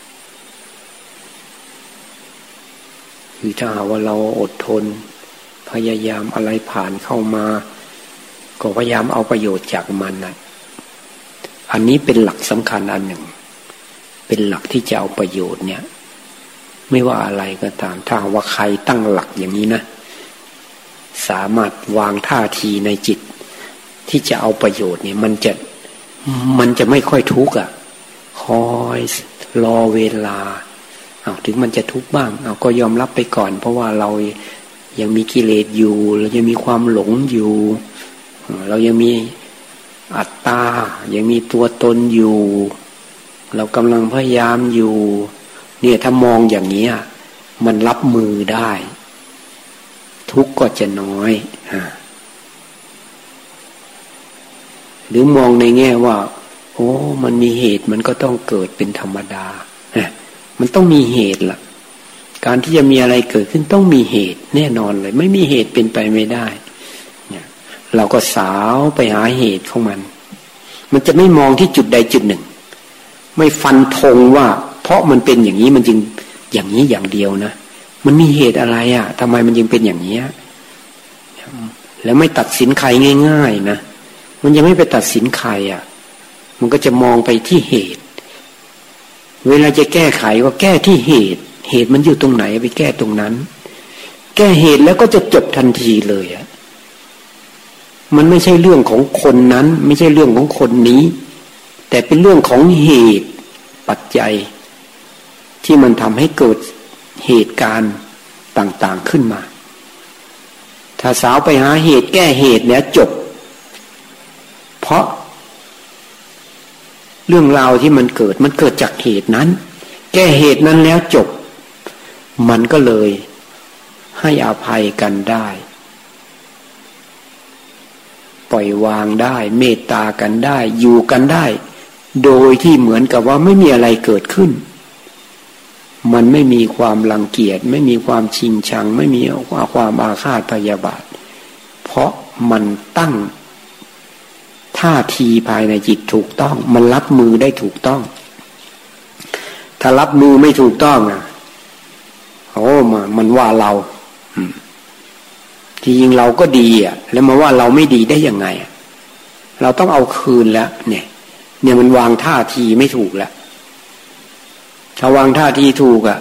Speaker 1: คือถ้าหากว่าเราอดทนพยายามอะไรผ่านเข้ามาก็พยายามเอาประโยชน์จากมันนะอันนี้เป็นหลักสำคัญอันหนึ่งเป็นหลักที่จะเอาประโยชน์เนี่ยไม่ว่าอะไรก็ตามถ้าว่าใครตั้งหลักอย่างนี้นะสามารถวางท่าทีในจิตที่จะเอาประโยชน์เนี่ยมันจะไม่ค่อยทุกข์อ่ะคอยรอเวลาถึงมันจะทุกข์บ้างก็ยอมรับไปก่อนเพราะว่าเรายังมีกิเลสอยู่เรายังมีความหลงอยู่เรายังมีอัตตายังมีตัวตนอยู่เรากำลังพยายามอยู่เนี่ยถ้ามองอย่างนี้มันรับมือได้ทุกข์ก็จะน้อยหรือมองในแง่ว่าโอ้มันมีเหตุมันก็ต้องเกิดเป็นธรรมดามันต้องมีเหตุล่ะการที่จะมีอะไรเกิดขึ้นต้องมีเหตุแน่นอนเลยไม่มีเหตุเป็นไปไม่ได้เนี่ยเราก็สาวไปหาเหตุของมันจะไม่มองที่จุดใดจุดหนึ่งไม่ฟันธงว่าเพราะมันเป็นอย่างนี้มันจึงอย่างนี้อย่างเดียวนะมันมีเหตุอะไรอ่ะทำไมมันจึงเป็นอย่างนี้แล้วไม่ตัดสินใครง่ายๆนะมันยังไม่ไปตัดสินใครอ่ะมันก็จะมองไปที่เหตุเวลาจะแก้ไขก็แก้ที่เหตุมันอยู่ตรงไหนไปแก้ตรงนั้นแก้เหตุแล้วก็จะจบทันทีเลยอ่ะมันไม่ใช่เรื่องของคนนั้นไม่ใช่เรื่องของคนนี้แต่เป็นเรื่องของเหตุปัจจัยที่มันทำให้เกิดเหตุการณ์ต่างๆขึ้นมาถ้าสาวไปหาเหตุแก้เหตุแล้วจบเพราะเรื่องราวที่มันเกิดจากเหตุนั้นแก้เหตุนั้นแล้วจบมันก็เลยให้อภัยกันได้ปล่อยวางได้เมตตากันได้อยู่กันได้โดยที่เหมือนกับว่าไม่มีอะไรเกิดขึ้นมันไม่มีความรังเกียจไม่มีความชิงชังไม่มีความอาฆาตพยาบาทเพราะมันตั้งท่าทีภายในจิตถูกต้องมันรับมือได้ถูกต้องถ้ารับมือไม่ถูกต้องอ่ะมันว่าเราจริงๆเราก็ดีอ่ะแล้วมาว่าเราไม่ดีได้ยังไงเราต้องเอาคืนแล้วเนี่ยมันวางท่าทีไม่ถูกแล้วถ้าวางท่าทีถูกอ่ะ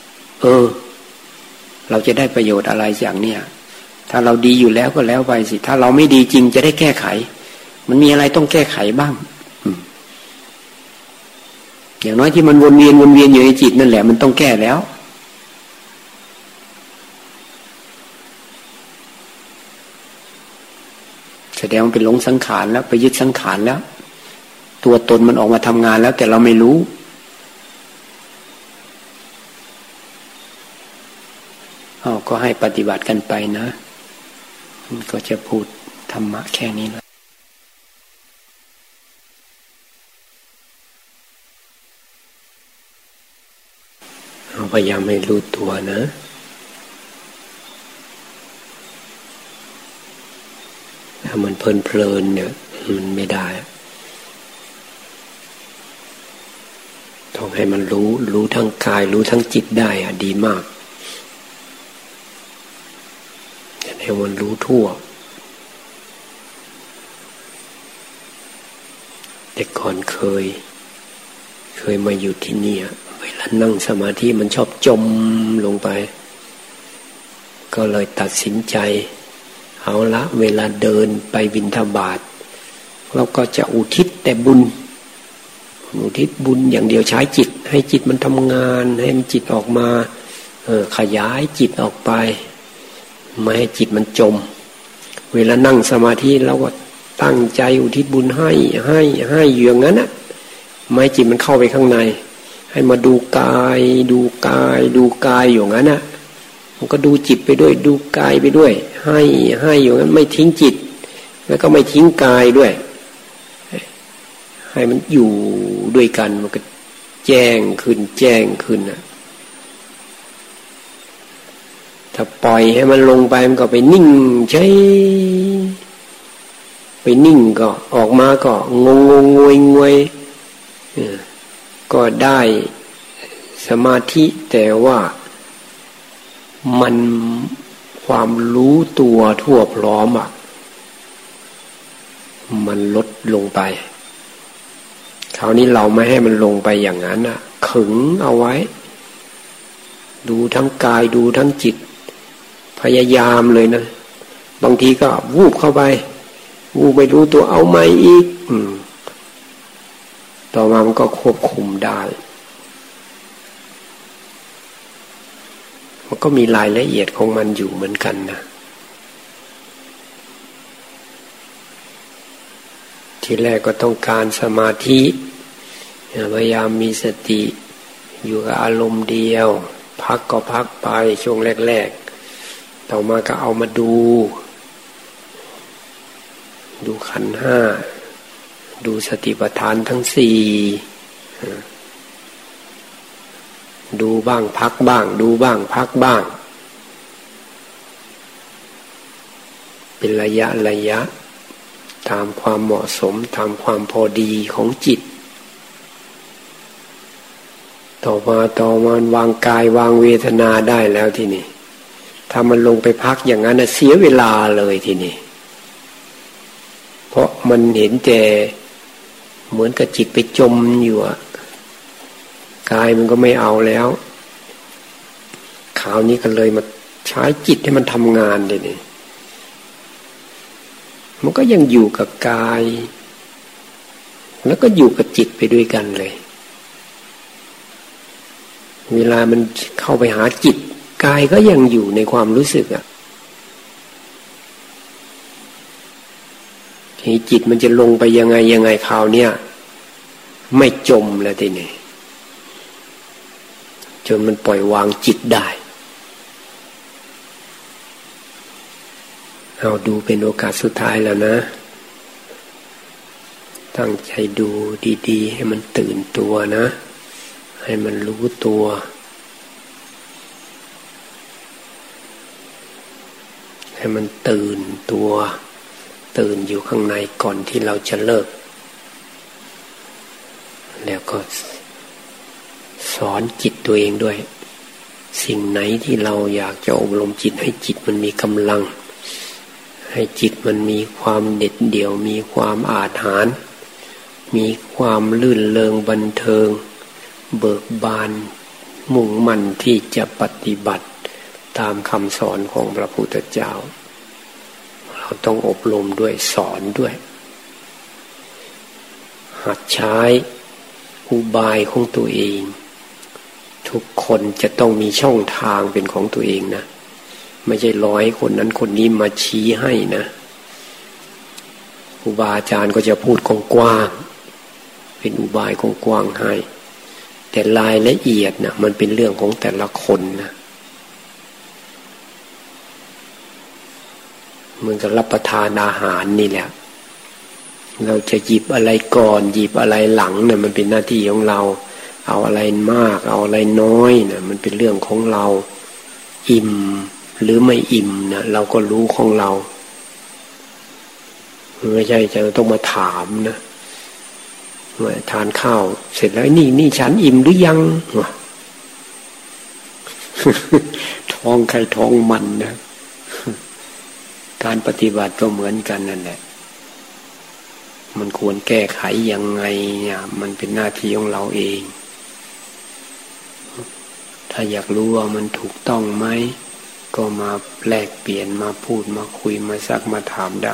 Speaker 1: เราจะได้ประโยชน์อะไรจากเนี่ยถ้าเราดีอยู่แล้วก็แล้วไปสิถ้าเราไม่ดีจริงจะได้แก้ไขมันมีอะไรต้องแก้ไขบ้างอย่างน้อยที่มันวนเวียนอยู่ในจิตนั่นแหละมันต้องแก้แล้วแสดงว่าเป็นหลงสังขารแล้วไปยึดสังขารแล้วตัวตนมันออกมาทำงานแล้วแต่เราไม่รู้ก็ให้ปฏิบัติกันไปนะก็จะพูดธรรมะแค่นี้นะพยายามให้รู้ตัวนะถ้ามันเพลินเนี่ยมันไม่ได้ต้องให้มันรู้ทั้งกายรู้ทั้งจิตได้ดีมากให้มันรู้ทั่วแต่ก่อนเคยมาอยู่ที่นี่เวลานั่งสมาธิมันชอบจมลงไปก็เลยตัดสินใจเอาละเวลาเดินไปบิณฑบาตเราก็จะอุทิศแต่บุญอุทิศบุญอย่างเดียวใช้จิตให้จิตมันทำงานให้มันจิตออกมาขยายจิตออกไปไม่ให้จิตมันจมเวลานั่งสมาธิเราก็ตั้งใจอุทิศบุญให้อยู่อย่างนั้นนะไม่ให้จิตมันเข้าไปข้างในให้มาดูกายอย่างนั้นนะมันก็ดูจิตไปด้วยดูกายไปด้วยให้อย่างนั้นไม่ทิ้งจิตแล้วก็ไม่ทิ้งกายด้วยให้มันอยู่ด้วยกันมันก็แจ้งขึ้นนะถ้าปล่อยให้มันลงไปมันก็ไปนิ่งใช่ไปนิ่งก็ออกมาก็งวยก็ได้สมาธิแต่ว่ามันความรู้ตัวทั่วพร้อมมันลดลงไปคราวนี้เราไม่ให้มันลงไปอย่างนั้นขึงเอาไว้ดูทั้งกายดูทั้งจิตพยายามเลยนะบางทีก็วูบเข้าไปวูบไปรู้ตัวเอาใหม่อีกต่อมามันก็ควบคุมได้มันก็มีรายละเอียดของมันอยู่เหมือนกันนะทีแรกก็ต้องการสมาธิพยายามมีสติอยู่กับอารมณ์เดียวพักก็พักไปช่วงแรกๆต่อมาก็เอามาดูขันธ์ห้าดูสติปัฏฐานทั้งสี่ดูบ้างพักบ้างดูบ้างพักบ้างเป็นระยะตามความเหมาะสมตามความพอดีของจิตต่อมาวางกายวางเวทนาได้แล้วทีนี้ถ้ามันลงไปพักอย่างนั้นเสียเวลาเลยทีนี้เพราะมันเห็นแต่เหมือนกับจิตไปจมอยู่กายมันก็ไม่เอาแล้วคราวนี้ก็เลยมาใช้จิตให้มันทำงานเลยนี่มันก็ยังอยู่กับกายแล้วก็อยู่กับจิตไปด้วยกันเลยเวลามันเข้าไปหาจิตกายก็ยังอยู่ในความรู้สึกทีจิตมันจะลงไปยังไงคราวเนี้ยไม่จมแล้วทีนี้จนมันปล่อยวางจิตได้เอาดูเป็นโอกาสสุดท้ายแล้วนะตั้งใจดูดีๆให้มันตื่นตัวนะให้มันรู้ตัวให้มันตื่นตัวตื่นอยู่ข้างในก่อนที่เราจะเลิกแล้วก็สอนจิตตัวเองด้วยสิ่งไหนที่เราอยากจะอบรมจิตให้จิตมันมีกำลังให้จิตมันมีความเด็ดเดี่ยวมีความอาจหาญมีความลื่นเริงบันเทิงเบิกบานมุ่งมั่นที่จะปฏิบัติตามคำสอนของพระพุทธเจ้าเราต้องอบรมด้วยสอนด้วยหัดใช้อุบายของตัวเองทุกคนจะต้องมีช่องทางเป็นของตัวเองนะไม่ใช่รอให้คนนั้นคนนี้มาชี้ให้นะครูบาอาจารย์ก็จะพูดกว้างๆเป็นอุบายกว้างๆให้แต่รายละเอียดนะมันเป็นเรื่องของแต่ละคนนะเหมือนกับรับประทานอาหารนี่แหละเราจะหยิบอะไรก่อนหยิบอะไรหลังนะมันเป็นหน้าที่ของเราเอาอะไรมากเอาอะไรน้อยนะมันเป็นเรื่องของเราอิ่มหรือไม่อิ่มนะเราก็รู้ของเราไม่ใช่จะต้องมาถามนะว่าทานข้าวเสร็จแล้วนี่ฉันอิ่มหรือยังวะ ท้องใครท้องมันนะการปฏิบัติก็เหมือนกันนั่นแหละมันควรแก้ไขยังไงเนี่ยมันเป็นหน้าที่ของเราเองถ้าอยากรู้ว่ามันถูกต้องไหมก็มาแลกเปลี่ยนมาพูดมาคุยมาซักมาถามได้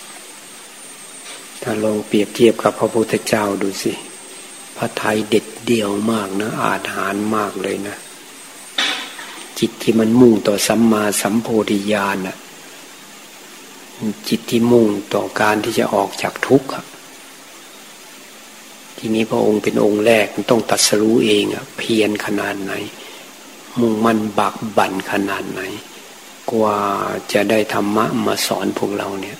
Speaker 1: ถ้าลองเปรียบเทียบกับพระพุทธเจ้าดูสิพระทัยเด็ดเดี่ยวมากนะอาจหาญมากเลยนะจิตที่มันมุ่งต่อสัมมาสัมโพธิญาณน่ะจิตที่มุ่งต่อการที่จะออกจากทุกข์ทีนี้พระองค์เป็นองค์แรกมันต้องตรัสรู้เองเพียรขนาดไหนมุ่งมั่นบากบั่นขนาดไหนกว่าจะได้ธรรมะมาสอนพวกเราเนี่ย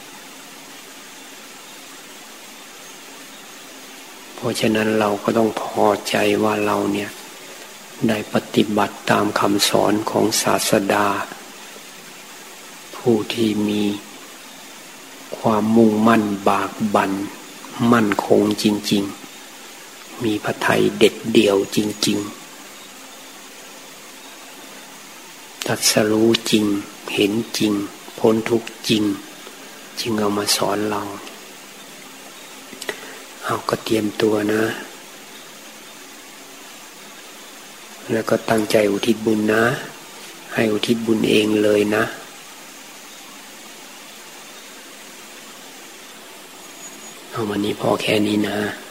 Speaker 1: เพราะฉะนั้นเราก็ต้องพอใจว่าเราเนี่ยได้ปฏิบัติตามคำสอนของศาสดาผู้ที่มีความมุ่งมั่นบากบั่นมั่นคงจริงๆมีพระทัยเด็ดเดี่ยวจริงๆตรัสรู้จริงเห็นจริงพ้นทุกข์จริงจึงเอามาสอนเราเอาก็เตรียมตัวนะแล้วก็ตั้งใจอุทิศบุญนะให้อุทิศบุญเองเลยนะเอาวันนี้พอแค่นี้นะ